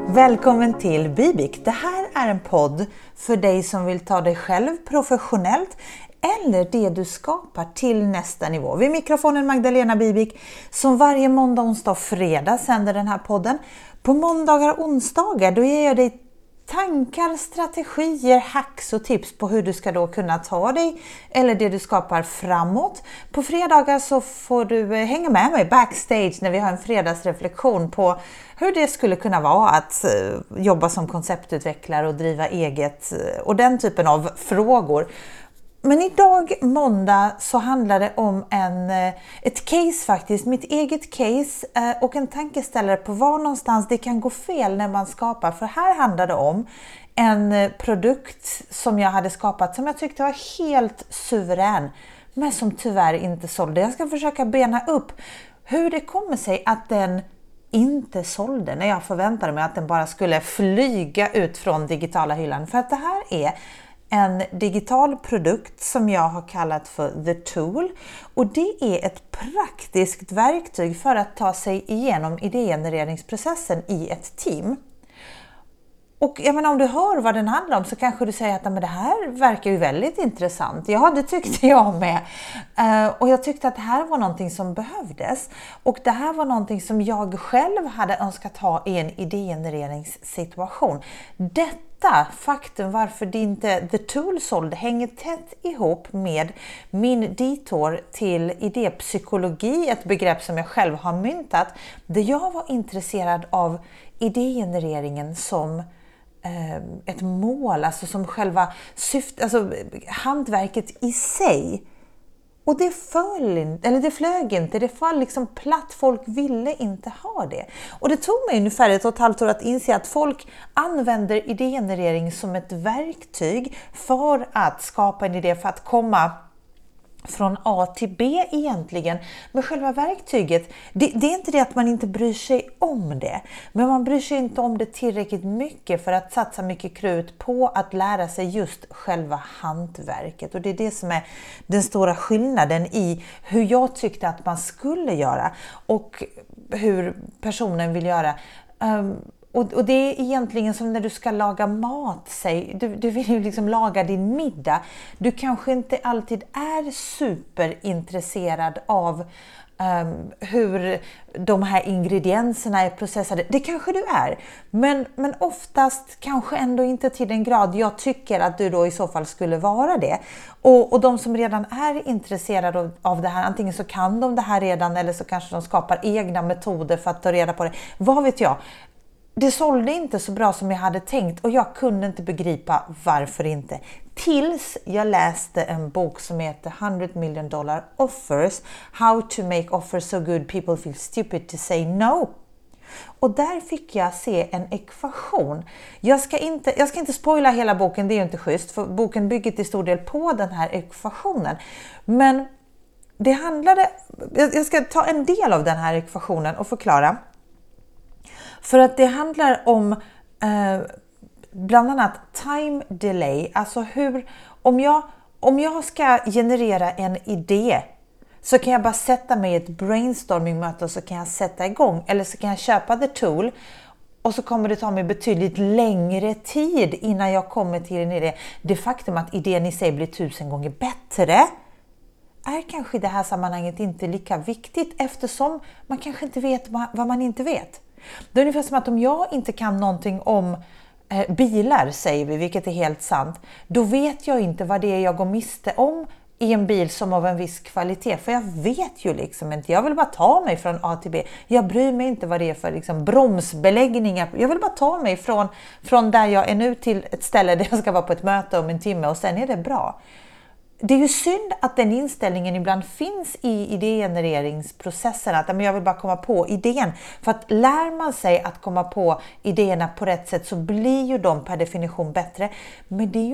Välkommen till Bibik. Det här är en podd för dig som vill ta dig själv professionellt eller det du skapar till nästa nivå. Vid mikrofonen Magdalena Bibik som varje måndag, onsdag och fredag sänder den här podden. På måndagar och onsdagar då ger jag dig tankar, strategier, hacks och tips på hur du ska då kunna ta dig eller det du skapar framåt. På fredagar så får du hänga med mig backstage när vi har en fredagsreflektion på hur det skulle kunna vara att jobba som konceptutvecklare och driva eget och den typen av frågor. Men idag måndag så handlar det om ett case faktiskt, mitt eget case och en tankeställare på var någonstans det kan gå fel när man skapar. För här handlar det om en produkt som jag hade skapat som jag tyckte var helt suverän men som tyvärr inte sålde. Jag ska försöka bena upp hur det kommer sig att den inte sålde när jag förväntade mig att den bara skulle flyga ut från digitala hyllan. För att det här är en digital produkt som jag har kallat för The Tool. Och det är ett praktiskt verktyg för att ta sig igenom idégenereringsprocessen i ett team. Och jag menar, om du hör vad den handlar om så kanske du säger att men det här verkar ju väldigt intressant. Ja, det tyckte jag med. Och jag tyckte att det här var någonting som behövdes. Och det här var någonting som jag själv hade önskat ha i en idégenereringssituation. Detta faktum varför det inte The Tool sålde hänger tätt ihop med min detour till idépsykologi, ett begrepp som jag själv har myntat. Där jag var intresserad av idégenereringen som ett mål, alltså som själva syftet, alltså hantverket i sig. Och det flög inte, det föll liksom platt, folk ville inte ha det. Och det tog mig ungefär 1,5 år att inse att folk använder idégenerering som ett verktyg för att skapa en idé, för att komma från A till B egentligen. Men själva verktyget, det är inte det att man inte bryr sig om det. Men man bryr sig inte om det tillräckligt mycket för att satsa mycket krut på att lära sig just själva hantverket. Och det är det som är den stora skillnaden i hur jag tyckte att man skulle göra och hur personen vill göra. Och det är egentligen som när du ska laga mat, du vill ju liksom laga din middag. Du kanske inte alltid är superintresserad av hur de här ingredienserna är processade. Det kanske du är, men oftast kanske ändå inte till den grad jag tycker att du då i så fall skulle vara det. Och de som redan är intresserade av det här, antingen så kan de det här redan eller så kanske de skapar egna metoder för att ta reda på det. Vad vet jag? Det sålde inte så bra som jag hade tänkt och jag kunde inte begripa varför inte. Tills jag läste en bok som heter $100 million offers. How to make offers so good people feel stupid to say no. Och där fick jag se en ekvation. Jag ska inte spoila hela boken, det är ju inte schysst. För boken bygger till stor del på den här ekvationen. Men det handlade, jag ska ta en del av den här ekvationen och förklara. För att det handlar om bland annat time delay. Alltså om jag ska generera en idé så kan jag bara sätta mig i ett brainstorming-möte och så kan jag sätta igång. Eller så kan jag köpa The Tool och så kommer det ta mig betydligt längre tid innan jag kommer till en idé. Det faktum att idén i sig blir 1000 gånger bättre är kanske i det här sammanhanget inte lika viktigt eftersom man kanske inte vet vad man inte vet. Det är ungefär som att om jag inte kan någonting om bilar, säger vi, vilket är helt sant, då vet jag inte vad det är jag går miste om i en bil som av en viss kvalitet. För jag vet ju liksom inte, jag vill bara ta mig från A till B. Jag bryr mig inte vad det är för liksom bromsbeläggningar. Jag vill bara ta mig från där jag är nu till ett ställe där jag ska vara på ett möte om en timme och sen är det bra. Det är ju synd att den inställningen ibland finns i idégenereringsprocessen. Att jag vill bara komma på idén. För att lär man sig att komma på idéerna på rätt sätt så blir ju de per definition bättre. Men det är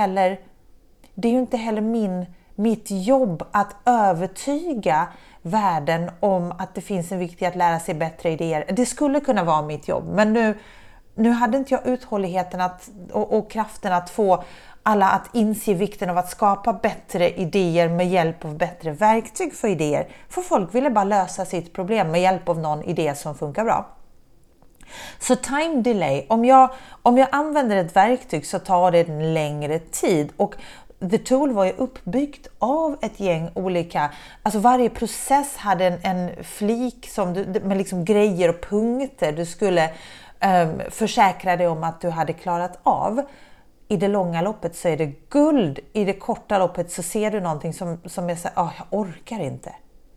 ju inte heller mitt jobb att övertyga världen om att det finns en viktig att lära sig bättre idéer. Det skulle kunna vara mitt jobb. Men nu hade inte jag uthålligheten och kraften att få alla att inse vikten av att skapa bättre idéer med hjälp av bättre verktyg för idéer. För folk ville bara lösa sitt problem med hjälp av någon idé som funkar bra. Så time delay, om jag använder ett verktyg så tar det en längre tid, och The Tool var ju uppbyggt av ett gäng olika, alltså varje process hade en flik som med liksom grejer och punkter du skulle försäkra dig om att du hade klarat av. I det långa loppet så är det guld, i det korta loppet så ser du någonting som är så här, jag orkar inte.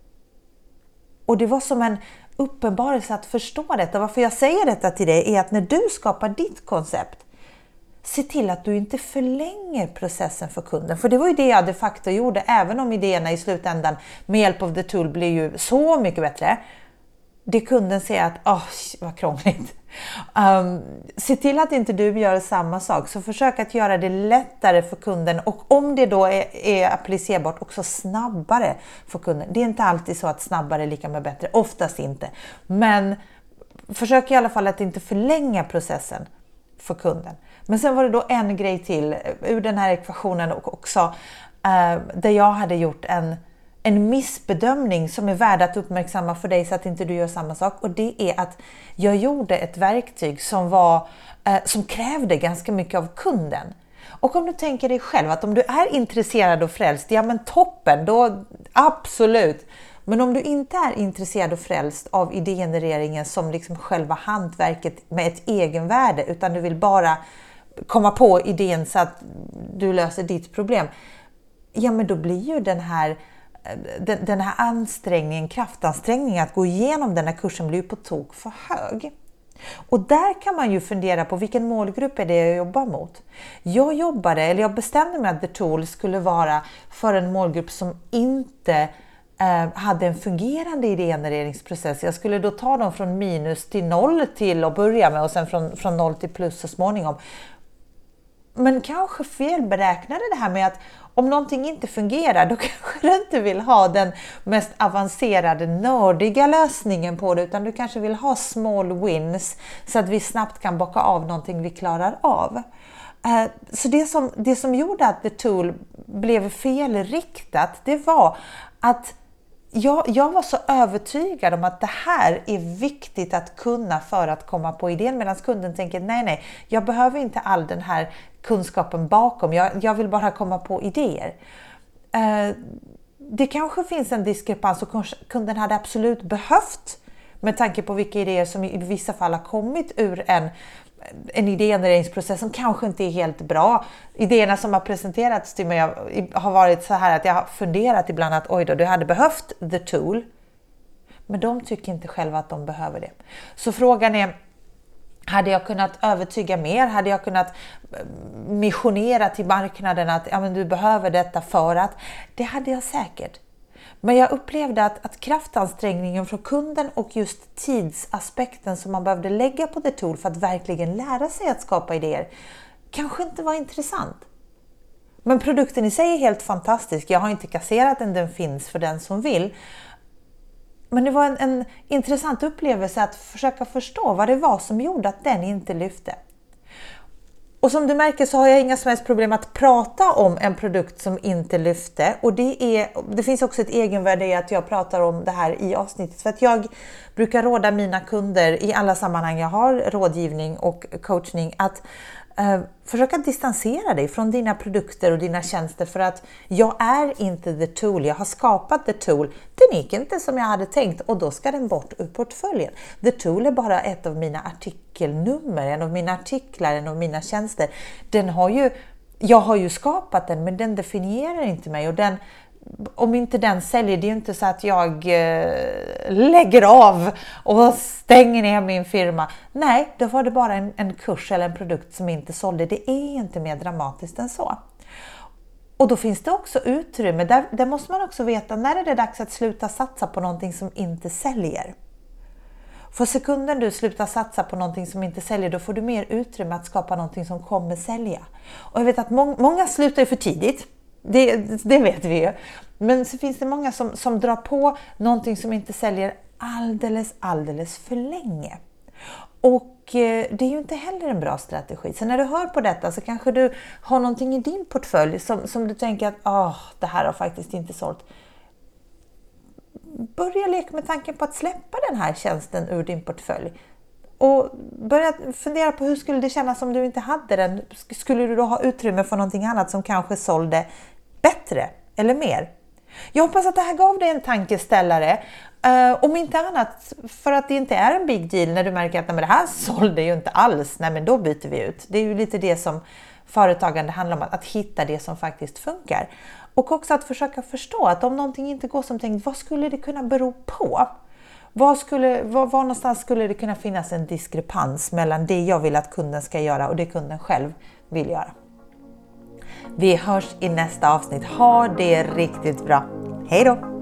Och det var som en uppenbarelse att förstå detta. Varför jag säger detta till dig är att när du skapar ditt koncept, se till att du inte förlänger processen för kunden. För det var ju det jag de facto gjorde, även om idéerna i slutändan med hjälp av The Tool blir ju så mycket bättre. Det kunden säger att, vad krångligt. Se till att inte du gör samma sak. Så försök att göra det lättare för kunden. Och om det då är applicerbart, också snabbare för kunden. Det är inte alltid så att snabbare är lika med bättre. Oftast inte. Men försök i alla fall att inte förlänga processen för kunden. Men sen var det då en grej till ur den här ekvationen också. Där jag hade gjort en missbedömning som är värd att uppmärksamma för dig så att inte du gör samma sak. Och det är att jag gjorde ett verktyg som krävde ganska mycket av kunden. Och om du tänker dig själv att om du är intresserad och frälst, ja men toppen, då absolut. Men om du inte är intresserad och frälst av idégenereringen som liksom själva hantverket med ett egenvärde, utan du vill bara komma på idén så att du löser ditt problem. Ja men då blir ju den här ansträngningen, kraftansträngningen att gå igenom den här kursen blir ju på tok för hög. Och där kan man ju fundera på vilken målgrupp är det jag jobbar mot. Jag bestämde mig att The Tool skulle vara för en målgrupp som inte hade en fungerande idégenereringsprocess. Jag skulle då ta dem från minus till noll till att börja med och sen från noll till plus så småningom. Men kanske felberäknade det här med att om någonting inte fungerar, då kanske du inte vill ha den mest avancerade, nördiga lösningen på det, utan du kanske vill ha small wins så att vi snabbt kan bocka av någonting vi klarar av. Så det som gjorde att The Tool blev felriktat, det var att jag var så övertygad om att det här är viktigt att kunna för att komma på idén, medan kunden tänker nej, jag behöver inte all den här kunskapen bakom, jag vill bara komma på idéer. Det kanske finns en diskrepans och kunden hade absolut behövt, med tanke på vilka idéer som i vissa fall har kommit ur en idégenereringsprocess som kanske inte är helt bra. Idéerna som har presenterats till mig har varit så här att jag har funderat ibland att du hade behövt The Tool. Men de tycker inte själva att de behöver det. Så frågan är, hade jag kunnat övertyga mer? Hade jag kunnat missionera till marknaden att du behöver detta för att? Det hade jag säkert. Men jag upplevde att kraftansträngningen från kunden och just tidsaspekten som man behövde lägga på The Tool för att verkligen lära sig att skapa idéer kanske inte var intressant. Men produkten i sig är helt fantastisk. Jag har inte kasserat den finns för den som vill. Men det var en intressant upplevelse att försöka förstå vad det var som gjorde att den inte lyfte. Och som du märker så har jag inga som helst problem att prata om en produkt som inte lyfte. Och det finns också ett egenvärde i att jag pratar om det här i avsnittet. För att jag brukar råda mina kunder i alla sammanhang jag har rådgivning och coachning att försöka distansera dig från dina produkter och dina tjänster, för att jag är inte The Tool. Jag har skapat The Tool. Den gick inte som jag hade tänkt och då ska den bort ur portföljen. The Tool är bara ett av mina artikelnummer, en av mina artiklar, en av mina tjänster. Jag har ju skapat den, men den definierar inte mig, och om inte den säljer, det är ju inte så att jag lägger av och stänger ner min firma. Nej, då var det bara en kurs eller en produkt som inte sålde. Det är inte mer dramatiskt än så. Och då finns det också utrymme. Där måste man också veta när är det dags att sluta satsa på någonting som inte säljer. För sekunden du slutar satsa på någonting som inte säljer, då får du mer utrymme att skapa någonting som kommer sälja. Och jag vet att många slutar ju för tidigt. Det vet vi ju. Men så finns det många som drar på någonting som inte säljer alldeles för länge. Och det är ju inte heller en bra strategi. Så när du hör på detta så kanske du har någonting i din portfölj som du tänker att det här har faktiskt inte sålt. Börja leka med tanken på att släppa den här tjänsten ur din portfölj. och börja fundera på hur skulle det kännas om du inte hade den. Skulle du då ha utrymme för någonting annat som kanske sålde bättre eller mer? Jag hoppas att det här gav dig en tankeställare. Om inte annat för att det inte är en big deal när du märker att nej, men det här sålde ju inte alls. Nej, men då byter vi ut. Det är ju lite det som företagande handlar om, att hitta det som faktiskt funkar. Och också att försöka förstå att om någonting inte går som tänkt, vad skulle det kunna bero på? Var någonstans skulle det kunna finnas en diskrepans mellan det jag vill att kunden ska göra och det kunden själv vill göra? Vi hörs i nästa avsnitt. Ha det riktigt bra. Hej då!